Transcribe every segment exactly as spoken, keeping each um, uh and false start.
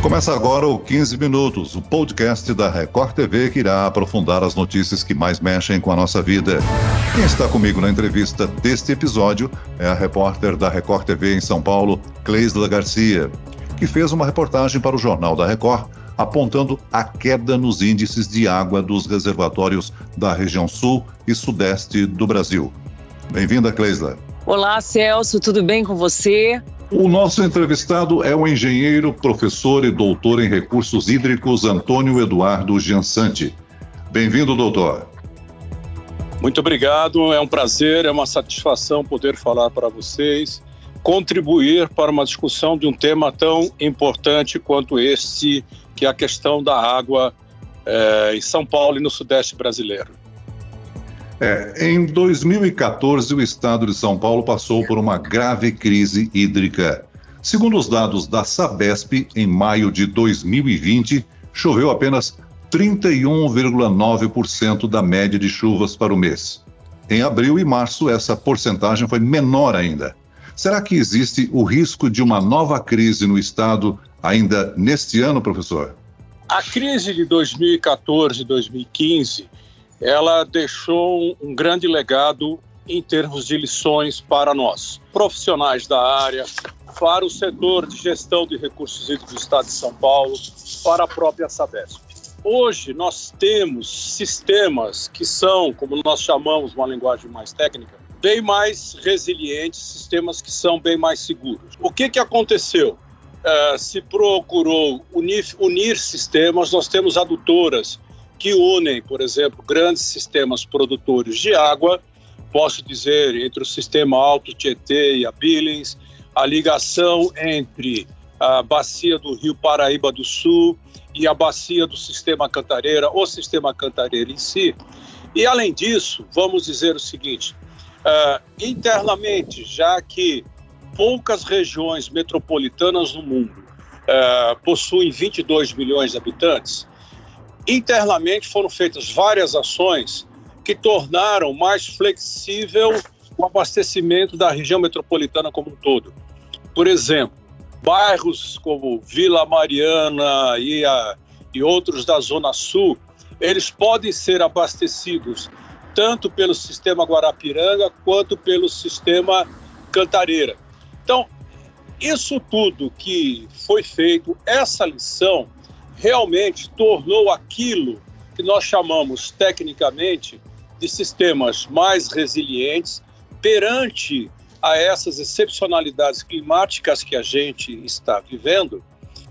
Começa agora o quinze Minutos, o podcast da Record T V que irá aprofundar as notícias que mais mexem com a nossa vida. Quem está comigo na entrevista deste episódio é a repórter da Record T V em São Paulo, Cleisla Garcia, que fez uma reportagem para o Jornal da Record apontando a queda nos índices de água dos reservatórios da região sul e sudeste do Brasil. Bem-vinda, Cleisla. Olá, Celso, tudo bem com você? O nosso entrevistado é o engenheiro, professor e doutor em recursos hídricos Antônio Eduardo Giansanti. Bem-vindo, doutor. Muito obrigado, é um prazer, é uma satisfação poder falar para vocês, contribuir para uma discussão de um tema tão importante quanto este, que é a questão da água é, em São Paulo e no Sudeste brasileiro. É, em dois mil e quatorze, o estado de São Paulo passou por uma grave crise hídrica. Segundo os dados da Sabesp, em maio de dois mil e vinte, choveu apenas trinta e um vírgula nove por cento da média de chuvas para o mês. Em abril e março, essa porcentagem foi menor ainda. Será que existe o risco de uma nova crise no estado ainda neste ano, professor? A crise de dois mil e quatorze e dois mil e quinze, ela deixou um grande legado em termos de lições para nós, profissionais da área, para o setor de gestão de recursos hídricos do estado de São Paulo, para a própria Sabesp. Hoje nós temos sistemas que são, como nós chamamos uma linguagem mais técnica, bem mais resilientes, sistemas que são bem mais seguros. O que que aconteceu? Uh, se procurou unir, unir sistemas, nós temos adutoras que unem, por exemplo, grandes sistemas produtores de água, posso dizer, entre o sistema Alto Tietê e a Billings, a ligação entre a bacia do Rio Paraíba do Sul e a bacia do sistema Cantareira, ou sistema Cantareira em si. E, além disso, vamos dizer o seguinte, uh, internamente, já que poucas regiões metropolitanas no mundo uh, possuem vinte e dois milhões de habitantes, internamente foram feitas várias ações que tornaram mais flexível o abastecimento da região metropolitana como um todo. Por exemplo, bairros como Vila Mariana e, a, e outros da Zona Sul, eles podem ser abastecidos tanto pelo sistema Guarapiranga quanto pelo sistema Cantareira. Então, isso tudo que foi feito, essa lição, realmente tornou aquilo que nós chamamos tecnicamente de sistemas mais resilientes perante a essas excepcionalidades climáticas que a gente está vivendo,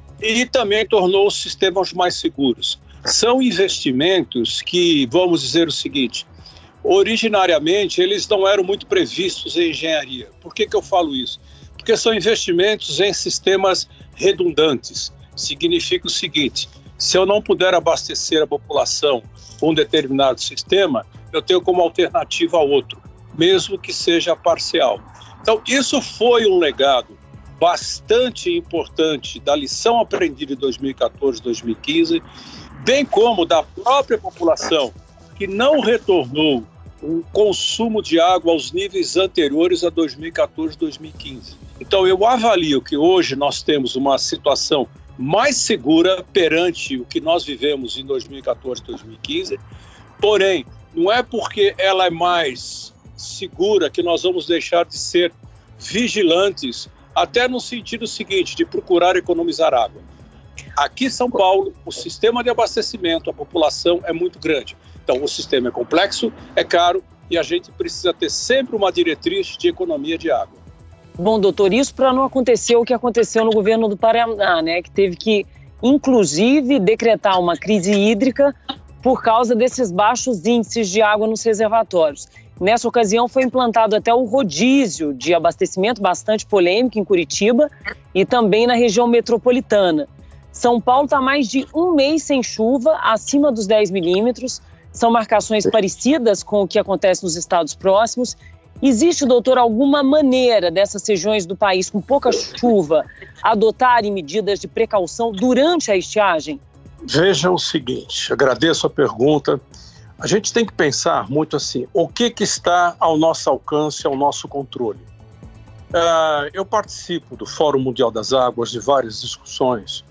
e também tornou os sistemas mais seguros. São investimentos que, vamos dizer o seguinte, originariamente eles não eram muito previstos em engenharia. Por que que eu falo isso? Porque são investimentos em sistemas redundantes. Significa o seguinte, se eu não puder abastecer a população com um determinado sistema, eu tenho como alternativa outro, mesmo que seja parcial. Então, isso foi um legado bastante importante da lição aprendida em dois mil e quatorze e dois mil e quinze, bem como da própria população, que não retornou o consumo de água aos níveis anteriores a dois mil e quatorze e dois mil e quinze. Então, eu avalio que hoje nós temos uma situação mais segura perante o que nós vivemos em dois mil e quatorze e dois mil e quinze, porém, não é porque ela é mais segura que nós vamos deixar de ser vigilantes, até no sentido seguinte, de procurar economizar água. Aqui em São Paulo, o sistema de abastecimento, a população é muito grande. Então, o sistema é complexo, é caro e a gente precisa ter sempre uma diretriz de economia de água. Bom, doutor, isso para não acontecer o que aconteceu no governo do Paraná, né, que teve que, inclusive, decretar uma crise hídrica por causa desses baixos índices de água nos reservatórios. Nessa ocasião foi implantado até o rodízio de abastecimento, bastante polêmico em Curitiba e também na região metropolitana. São Paulo está mais de um mês sem chuva, acima dos dez milímetros. São marcações parecidas com o que acontece nos estados próximos. Existe, doutor, alguma maneira dessas regiões do país com pouca chuva adotarem medidas de precaução durante a estiagem? Veja o seguinte, agradeço a pergunta. A gente tem que pensar muito assim, o que, que está ao nosso alcance, ao nosso controle? Uh, eu participo do Fórum Mundial das Águas, de várias discussões,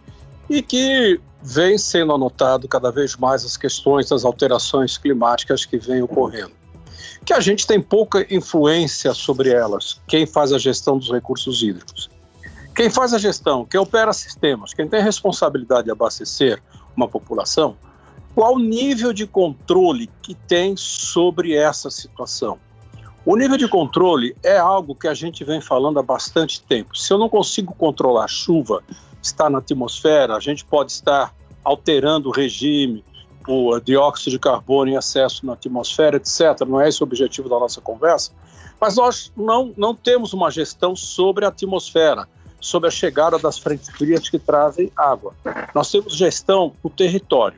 e que vem sendo anotado cada vez mais as questões das alterações climáticas que vêm ocorrendo. Que a gente tem pouca influência sobre elas, quem faz a gestão dos recursos hídricos. Quem faz a gestão, quem opera sistemas, quem tem a responsabilidade de abastecer uma população, qual o nível de controle que tem sobre essa situação? O nível de controle é algo que a gente vem falando há bastante tempo. Se eu não consigo controlar a chuva, está na atmosfera, a gente pode estar alterando o regime, o dióxido de carbono em excesso na atmosfera, etcétera. Não é esse o objetivo da nossa conversa, mas nós não, não temos uma gestão sobre a atmosfera, sobre a chegada das frentes frias que trazem água. Nós temos gestão do território.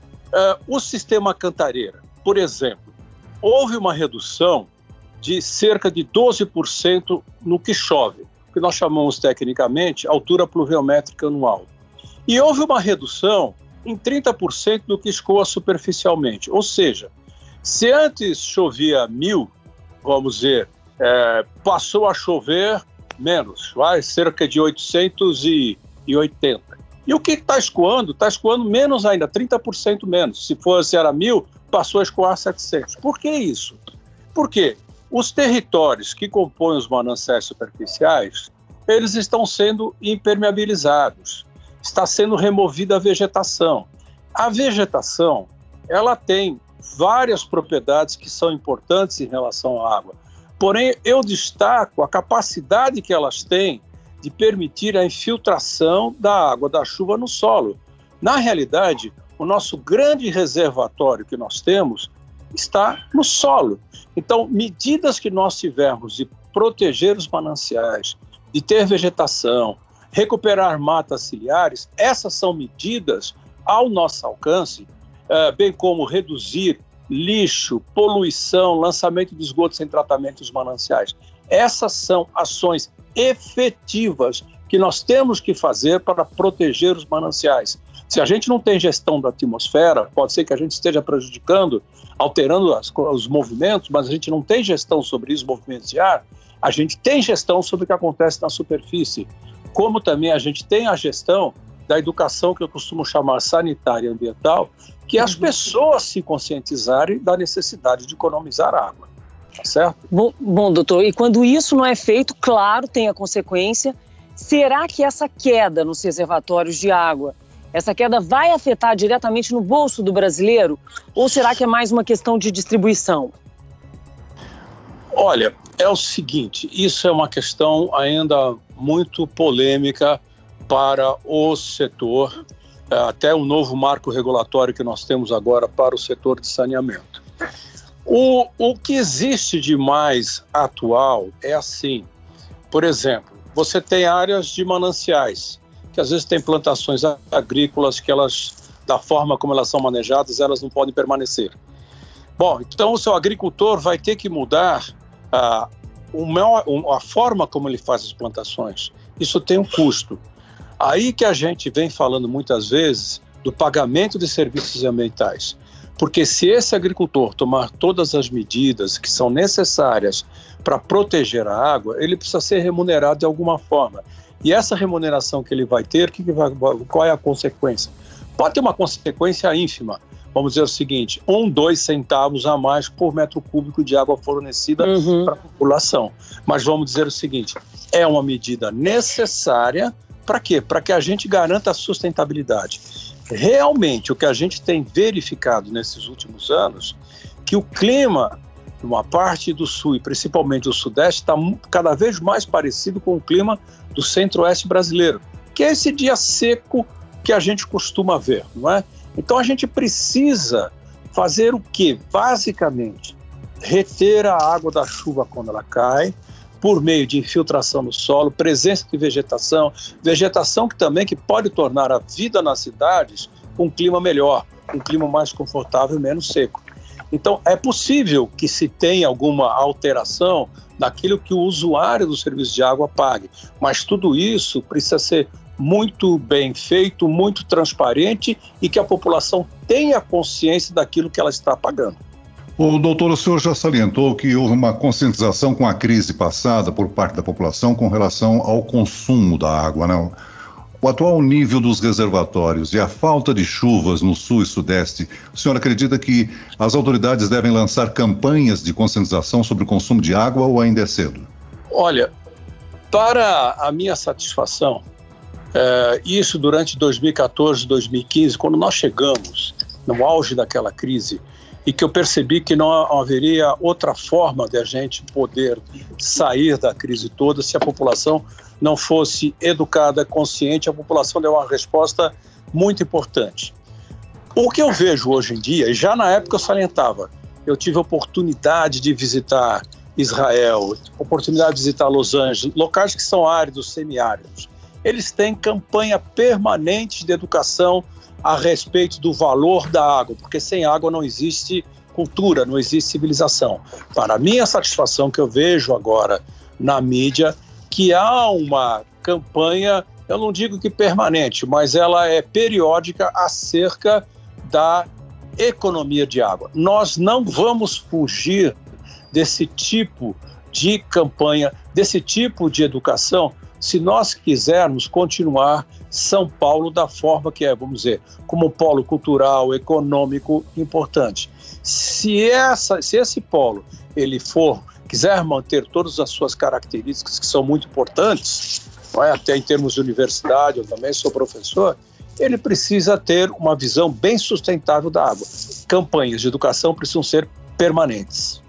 Uh, o sistema Cantareira, por exemplo, houve uma redução de cerca de doze por cento no que chove, que nós chamamos tecnicamente altura pluviométrica anual. E houve uma redução em trinta por cento do que escoa superficialmente. Ou seja, se antes chovia mil, vamos dizer, é, passou a chover menos, vai, cerca de oitocentos e oitenta. E o que está escoando? Está escoando menos ainda, trinta por cento menos. Se fosse era mil, passou a escoar setecentos. Por que isso? Por quê? Os territórios que compõem os mananciais superficiais, eles estão sendo impermeabilizados. Está sendo removida a vegetação. A vegetação, ela tem várias propriedades que são importantes em relação à água. Porém, eu destaco a capacidade que elas têm de permitir a infiltração da água da chuva no solo. Na realidade, o nosso grande reservatório que nós temos está no solo. Então, medidas que nós tivermos de proteger os mananciais, de ter vegetação, recuperar matas ciliares, essas são medidas ao nosso alcance, eh, bem como reduzir lixo, poluição, lançamento de esgotos sem tratamento dos mananciais. Essas são ações efetivas que nós temos que fazer para proteger os mananciais. Se a gente não tem gestão da atmosfera, pode ser que a gente esteja prejudicando, alterando as, os movimentos, mas a gente não tem gestão sobre os movimentos de ar, a gente tem gestão sobre o que acontece na superfície, como também a gente tem a gestão da educação que eu costumo chamar sanitária e ambiental, que é as pessoas se conscientizarem da necessidade de economizar água, tá certo? Bom, bom, doutor, e quando isso não é feito, claro, tem a consequência. Será que essa queda nos reservatórios de água, essa queda vai afetar diretamente no bolso do brasileiro? Ou será que é mais uma questão de distribuição? Olha, é o seguinte, isso é uma questão ainda muito polêmica para o setor, até o novo marco regulatório que nós temos agora para o setor de saneamento. O, o que existe de mais atual é assim, por exemplo, você tem áreas de mananciais, que às vezes tem plantações agrícolas que elas, da forma como elas são manejadas, elas não podem permanecer. Bom, então o seu agricultor vai ter que mudar a, a forma como ele faz as plantações. Isso tem um custo. Aí que a gente vem falando muitas vezes do pagamento de serviços ambientais. Porque se esse agricultor tomar todas as medidas que são necessárias para proteger a água, ele precisa ser remunerado de alguma forma. E essa remuneração que ele vai ter, que que vai, qual é a consequência? Pode ter uma consequência ínfima. Vamos dizer o seguinte, um, dois centavos a mais por metro cúbico de água fornecida uhum. para a população. Mas vamos dizer o seguinte, é uma medida necessária para quê? Para que a gente garanta a sustentabilidade. Realmente, o que a gente tem verificado nesses últimos anos, que o clima, uma parte do sul e principalmente do sudeste, está cada vez mais parecido com o clima do centro-oeste brasileiro, que é esse dia seco que a gente costuma ver, não é? Então a gente precisa fazer o quê? Basicamente, reter a água da chuva quando ela cai, por meio de infiltração no solo, presença de vegetação, vegetação que também que pode tornar a vida nas cidades um clima melhor, um clima mais confortável e menos seco. Então, é possível que se tenha alguma alteração naquilo que o usuário do serviço de água pague, mas tudo isso precisa ser muito bem feito, muito transparente e que a população tenha consciência daquilo que ela está pagando. O doutor, o senhor já salientou que houve uma conscientização com a crise passada por parte da população com relação ao consumo da água, né? O atual nível dos reservatórios e a falta de chuvas no sul e sudeste, o senhor acredita que as autoridades devem lançar campanhas de conscientização sobre o consumo de água ou ainda é cedo? Olha, para a minha satisfação, é, isso durante dois mil e catorze, dois mil e quinze, quando nós chegamos no auge daquela crise e que eu percebi que não haveria outra forma de a gente poder sair da crise toda se a população não fosse educada, consciente, a população deu uma resposta muito importante. O que eu vejo hoje em dia, e já na época eu salientava, eu tive a oportunidade de visitar Israel, oportunidade de visitar Los Angeles, locais que são áridos, semiáridos. Eles têm campanha permanente de educação a respeito do valor da água, porque sem água não existe cultura, não existe civilização. Para minha satisfação, que eu vejo agora na mídia, que há uma campanha, eu não digo que permanente, mas ela é periódica acerca da economia de água. Nós não vamos fugir desse tipo de campanha, desse tipo de educação, se nós quisermos continuar São Paulo da forma que é, vamos dizer, como um polo cultural, econômico importante. Se, essa, se esse polo ele for, quiser manter todas as suas características que são muito importantes, não é? Até em termos de universidade, eu também sou professor, ele precisa ter uma visão bem sustentável da água. Campanhas de educação precisam ser permanentes.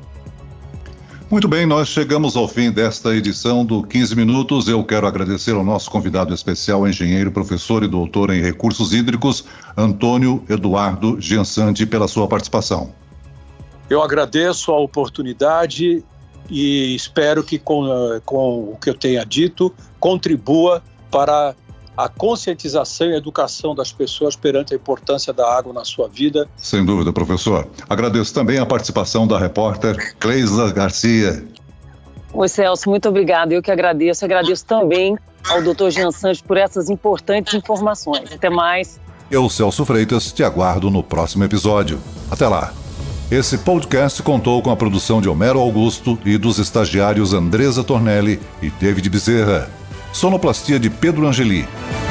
Muito bem, nós chegamos ao fim desta edição do quinze Minutos. Eu quero agradecer ao nosso convidado especial, engenheiro, professor e doutor em recursos hídricos, Antônio Eduardo Giansandi, pela sua participação. Eu agradeço a oportunidade e espero que com, com o que eu tenha dito contribua para a conscientização e educação das pessoas perante a importância da água na sua vida. Sem dúvida, professor. Agradeço também a participação da repórter Cleisla Garcia. Oi, Celso, muito obrigado. Eu que agradeço. Agradeço também ao doutor Giansandi por essas importantes informações. Até mais. Eu, Celso Freitas, te aguardo no próximo episódio. Até lá. Esse podcast contou com a produção de Homero Augusto e dos estagiários Andresa Tornelli e David Bezerra. Sonoplastia de Pedro Angeli.